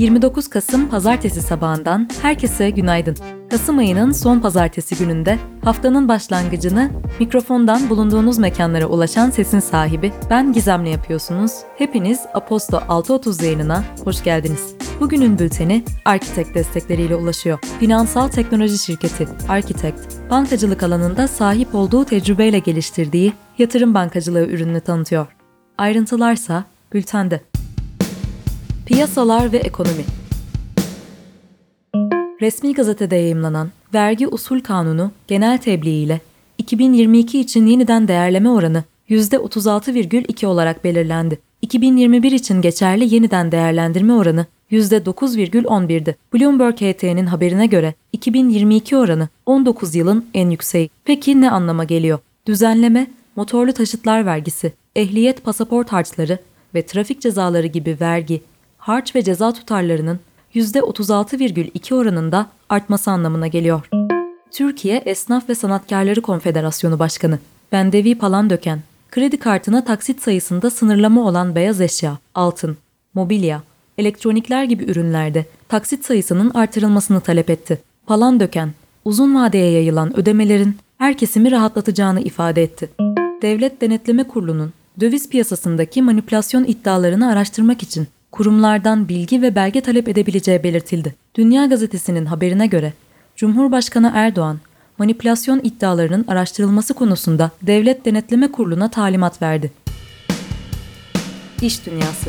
29 Kasım Pazartesi sabahından herkese günaydın. Kasım ayının son pazartesi gününde haftanın başlangıcını mikrofondan bulunduğunuz mekanlara ulaşan sesin sahibi ben Gizem'le yapıyorsunuz. Hepiniz Aposto 6.30 yayınına hoş geldiniz. Bugünün bülteni Architect destekleriyle ulaşıyor. Finansal teknoloji şirketi Architect, bankacılık alanında sahip olduğu tecrübeyle geliştirdiği yatırım bankacılığı ürününü tanıtıyor. Ayrıntılarsa bültende. Piyasalar ve ekonomi. Resmi gazetede yayımlanan Vergi Usul Kanunu genel tebliğiyle 2022 için yeniden değerleme oranı %36,2 olarak belirlendi. 2021 için geçerli yeniden değerlendirme oranı %9,11'di. Bloomberg HT'nin haberine göre 2022 oranı 19 yılın en yükseği. Peki ne anlama geliyor? Düzenleme, motorlu taşıtlar vergisi, ehliyet pasaport harçları ve trafik cezaları gibi vergi, harç ve ceza tutarlarının %36,2 oranında artması anlamına geliyor. Türkiye Esnaf ve Sanatkarları Konfederasyonu Başkanı Bendevi Palandöken, kredi kartına taksit sayısında sınırlama olan beyaz eşya, altın, mobilya, elektronikler gibi ürünlerde taksit sayısının artırılmasını talep etti. Palandöken, uzun vadeye yayılan ödemelerin her kesimi rahatlatacağını ifade etti. Devlet Denetleme Kurulu'nun döviz piyasasındaki manipülasyon iddialarını araştırmak için kurumlardan bilgi ve belge talep edebileceği belirtildi. Dünya Gazetesi'nin haberine göre Cumhurbaşkanı Erdoğan, manipülasyon iddialarının araştırılması konusunda Devlet Denetleme Kurulu'na talimat verdi. İş Dünyası.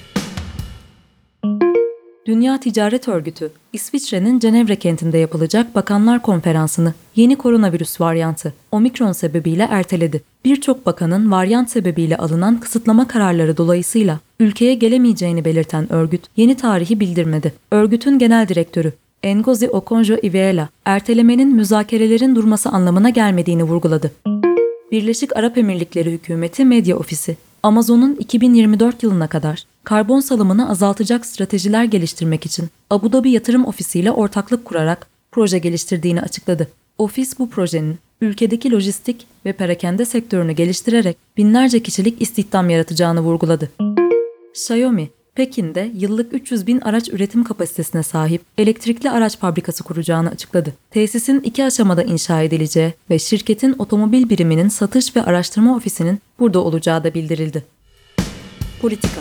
Dünya Ticaret Örgütü, İsviçre'nin Cenevre kentinde yapılacak Bakanlar Konferansı'nı yeni koronavirüs varyantı Omikron sebebiyle erteledi. Birçok bakanın varyant sebebiyle alınan kısıtlama kararları dolayısıyla ülkeye gelemeyeceğini belirten örgüt yeni tarihi bildirmedi. Örgütün genel direktörü Ngozi Okonjo-Iweala, ertelemenin müzakerelerin durması anlamına gelmediğini vurguladı. Birleşik Arap Emirlikleri Hükümeti Medya Ofisi, Amazon'un 2024 yılına kadar karbon salımını azaltacak stratejiler geliştirmek için Abu Dhabi Yatırım Ofisi ile ortaklık kurarak proje geliştirdiğini açıkladı. Ofis bu projenin ülkedeki lojistik ve perakende sektörünü geliştirerek binlerce kişilik istihdam yaratacağını vurguladı. Xiaomi, Pekin'de yıllık 300.000 araç üretim kapasitesine sahip elektrikli araç fabrikası kuracağını açıkladı. Tesisin 2 aşamada inşa edileceği ve şirketin otomobil biriminin satış ve araştırma ofisinin burada olacağı da bildirildi. Politika.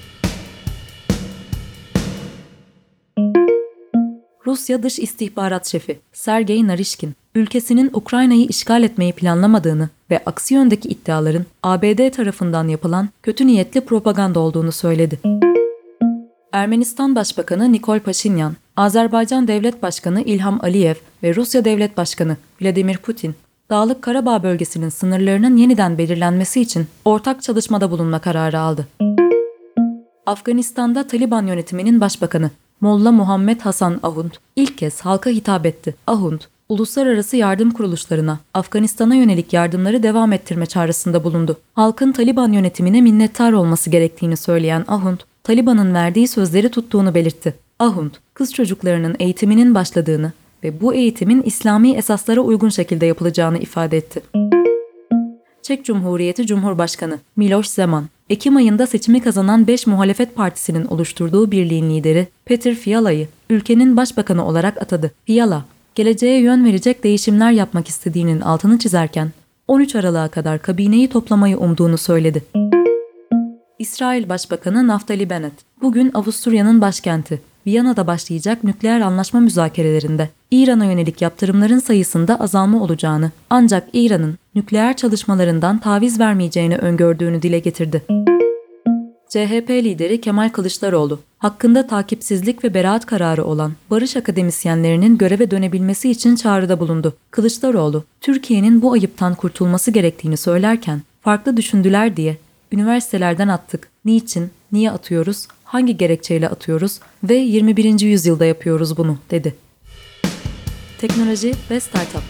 Rusya Dış İstihbarat Şefi Sergey Narishkin, ülkesinin Ukrayna'yı işgal etmeyi planlamadığını ve aksi yöndeki iddiaların ABD tarafından yapılan kötü niyetli propaganda olduğunu söyledi. Ermenistan Başbakanı Nikol Paşinyan, Azerbaycan Devlet Başkanı İlham Aliyev ve Rusya Devlet Başkanı Vladimir Putin, Dağlık Karabağ bölgesinin sınırlarının yeniden belirlenmesi için ortak çalışmada bulunma kararı aldı. Afganistan'da Taliban yönetiminin başbakanı Molla Muhammed Hasan Ahund ilk kez halka hitap etti. Ahund, uluslararası yardım kuruluşlarına Afganistan'a yönelik yardımları devam ettirme çağrısında bulundu. Halkın Taliban yönetimine minnettar olması gerektiğini söyleyen Ahund, Taliban'ın verdiği sözleri tuttuğunu belirtti. Ahund, kız çocuklarının eğitiminin başladığını ve bu eğitimin İslami esaslara uygun şekilde yapılacağını ifade etti. Çek Cumhuriyeti Cumhurbaşkanı Miloš Zeman, Ekim ayında seçimi kazanan 5 muhalefet partisinin oluşturduğu birliğin lideri Petr Fiala'yı ülkenin başbakanı olarak atadı. Fiala, geleceğe yön verecek değişimler yapmak istediğinin altını çizerken 13 Aralık'a kadar kabineyi toplamayı umduğunu söyledi. İsrail Başbakanı Naftali Bennett, bugün Avusturya'nın başkenti Viyana'da başlayacak nükleer anlaşma müzakerelerinde İran'a yönelik yaptırımların sayısında azalma olacağını, ancak İran'ın nükleer çalışmalarından taviz vermeyeceğini öngördüğünü dile getirdi. CHP lideri Kemal Kılıçdaroğlu, hakkında takipsizlik ve beraat kararı olan barış akademisyenlerinin göreve dönebilmesi için çağrıda bulundu. Kılıçdaroğlu, Türkiye'nin bu ayıptan kurtulması gerektiğini söylerken, farklı düşündüler diye üniversitelerden attık, niçin, niye atıyoruz, hangi gerekçeyle atıyoruz ve 21. yüzyılda yapıyoruz bunu, dedi. Teknoloji ve Startup.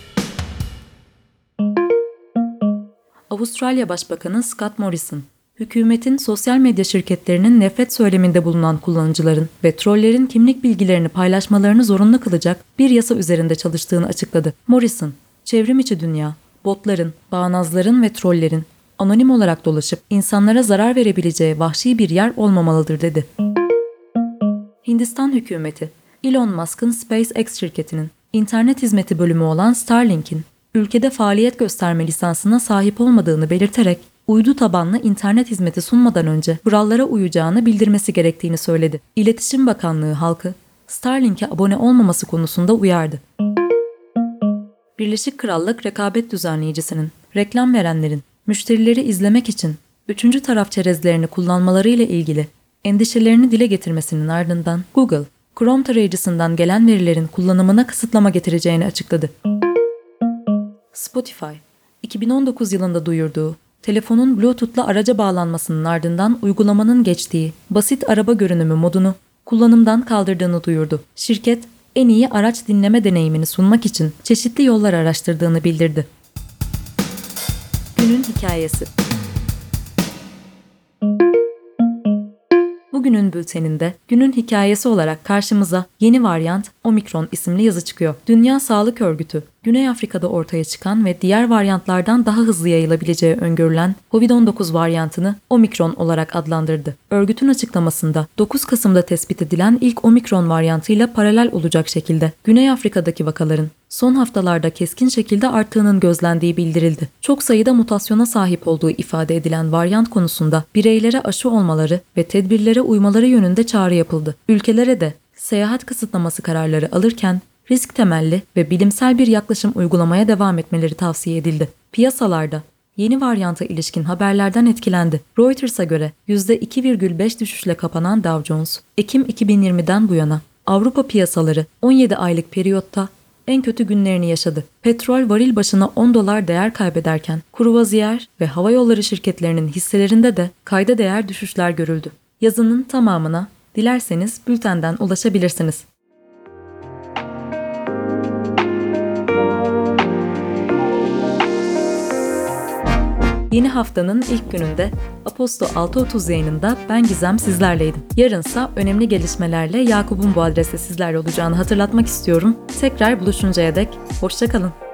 Avustralya Başbakanı Scott Morrison, hükümetin sosyal medya şirketlerinin nefret söyleminde bulunan kullanıcıların ve trollerin kimlik bilgilerini paylaşmalarını zorunlu kılacak bir yasa üzerinde çalıştığını açıkladı. Morrison, çevrim içi dünya, botların, bağnazların ve trollerin anonim olarak dolaşıp insanlara zarar verebileceği vahşi bir yer olmamalıdır, dedi. Hindistan hükümeti, Elon Musk'ın SpaceX şirketinin internet hizmeti bölümü olan Starlink'in ülkede faaliyet gösterme lisansına sahip olmadığını belirterek uydu tabanlı internet hizmeti sunmadan önce kurallara uyacağını bildirmesi gerektiğini söyledi. İletişim Bakanlığı halkı Starlink'e abone olmaması konusunda uyardı. Birleşik Krallık Rekabet Düzenleyicisi'nin reklam verenlerin müşterileri izlemek için üçüncü taraf çerezlerini kullanmaları ile ilgili endişelerini dile getirmesinin ardından Google, Chrome tarayıcısından gelen verilerin kullanımına kısıtlama getireceğini açıkladı. Spotify, 2019 yılında duyurduğu telefonun Bluetooth'la araca bağlanmasının ardından uygulamanın geçtiği basit araba görünümü modunu kullanımdan kaldırdığını duyurdu. Şirket, en iyi araç dinleme deneyimini sunmak için çeşitli yollar araştırdığını bildirdi. Günün hikayesi. Bugünün bülteninde günün hikayesi olarak karşımıza yeni varyant Omikron isimli yazı çıkıyor. Dünya Sağlık Örgütü, Güney Afrika'da ortaya çıkan ve diğer varyantlardan daha hızlı yayılabileceği öngörülen COVID-19 varyantını Omikron olarak adlandırdı. Örgütün açıklamasında 9 Kasım'da tespit edilen ilk Omikron varyantıyla paralel olacak şekilde Güney Afrika'daki vakaların son haftalarda keskin şekilde arttığının gözlendiği bildirildi. Çok sayıda mutasyona sahip olduğu ifade edilen varyant konusunda bireylere aşı olmaları ve tedbirlere uymaları yönünde çağrı yapıldı. Ülkelere de seyahat kısıtlaması kararları alırken risk temelli ve bilimsel bir yaklaşım uygulamaya devam etmeleri tavsiye edildi. Piyasalarda yeni varyanta ilişkin haberlerden etkilendi. Reuters'a göre %2,5 düşüşle kapanan Dow Jones, Ekim 2020'den bu yana Avrupa piyasaları 17 aylık periyotta en kötü günlerini yaşadı. Petrol varil başına $10 değer kaybederken kruvaziyer ve havayolları şirketlerinin hisselerinde de kayda değer düşüşler görüldü. Yazının tamamına dilerseniz bültenden ulaşabilirsiniz. Yeni haftanın ilk gününde Aposto 6.30 yayınında ben Gizem sizlerleydim. Yarınsa önemli gelişmelerle Yakup'un bu adreste sizlerle olacağını hatırlatmak istiyorum. Tekrar buluşuncaya dek hoşça kalın.